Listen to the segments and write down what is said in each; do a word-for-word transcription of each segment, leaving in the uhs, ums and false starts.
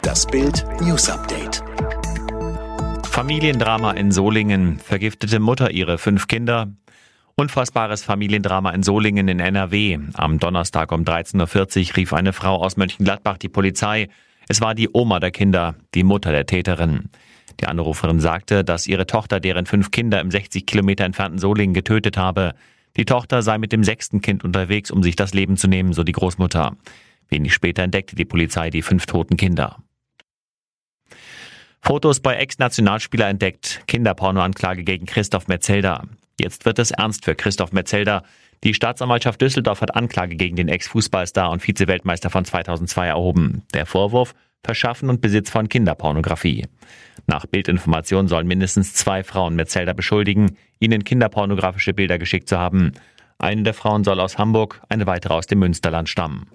Das Bild News Update. Familiendrama in Solingen. Vergiftete Mutter ihre fünf Kinder. Unfassbares Familiendrama in Solingen in N R W. Am Donnerstag um dreizehn Uhr vierzig rief eine Frau aus Mönchengladbach die Polizei. Es war die Oma der Kinder, die Mutter der Täterin. Die Anruferin sagte, dass ihre Tochter deren fünf Kinder im sechzig Kilometer entfernten Solingen getötet habe. Die Tochter sei mit dem sechsten Kind unterwegs, um sich das Leben zu nehmen, so die Großmutter. Wenig später entdeckte die Polizei die fünf toten Kinder. Fotos bei Ex-Nationalspieler entdeckt. Kinderpornoanklage gegen Christoph Metzelder. Jetzt wird es ernst für Christoph Metzelder. Die Staatsanwaltschaft Düsseldorf hat Anklage gegen den Ex-Fußballstar und Vize-Weltmeister von zweitausendzwei erhoben. Der Vorwurf: Verschaffen und Besitz von Kinderpornografie. Nach Bildinformationen sollen mindestens zwei Frauen Metzelder beschuldigen, ihnen kinderpornografische Bilder geschickt zu haben. Eine der Frauen soll aus Hamburg, eine weitere aus dem Münsterland stammen.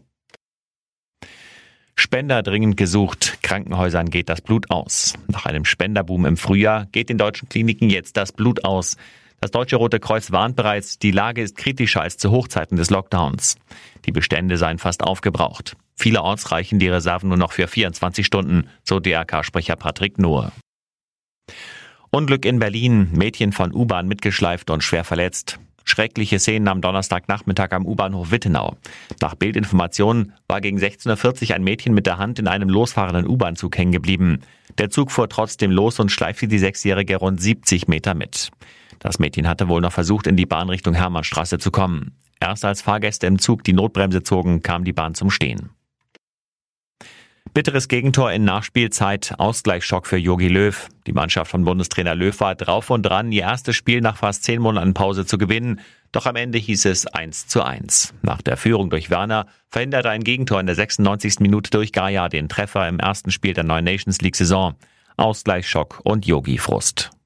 Spender dringend gesucht. Krankenhäusern geht das Blut aus. Nach einem Spenderboom im Frühjahr geht den deutschen Kliniken jetzt das Blut aus. Das Deutsche Rote Kreuz warnt bereits, die Lage ist kritischer als zu Hochzeiten des Lockdowns. Die Bestände seien fast aufgebraucht. Vielerorts reichen die Reserven nur noch für vierundzwanzig Stunden, so D R K-Sprecher Patrick Nuhr. Unglück in Berlin. Mädchen von U-Bahn mitgeschleift und schwer verletzt. Schreckliche Szenen am Donnerstagnachmittag am U-Bahnhof Wittenau. Nach Bildinformationen war gegen sechzehn Uhr vierzig ein Mädchen mit der Hand in einem losfahrenden U-Bahn-Zug hängen geblieben. Der Zug fuhr trotzdem los und schleifte die Sechsjährige rund siebzig Meter mit. Das Mädchen hatte wohl noch versucht, in die Bahn Richtung Hermannstraße zu kommen. Erst als Fahrgäste im Zug die Notbremse zogen, kam die Bahn zum Stehen. Bitteres Gegentor in Nachspielzeit, Ausgleichsschock für Jogi Löw. Die Mannschaft von Bundestrainer Löw war drauf und dran, ihr erstes Spiel nach fast zehn Monaten Pause zu gewinnen. Doch am Ende hieß es eins zu eins. Nach der Führung durch Werner verhinderte ein Gegentor in der sechsundneunzigsten Minute durch Gaia den Treffer im ersten Spiel der neuen Nations League-Saison. Ausgleichsschock und Jogi-Frust.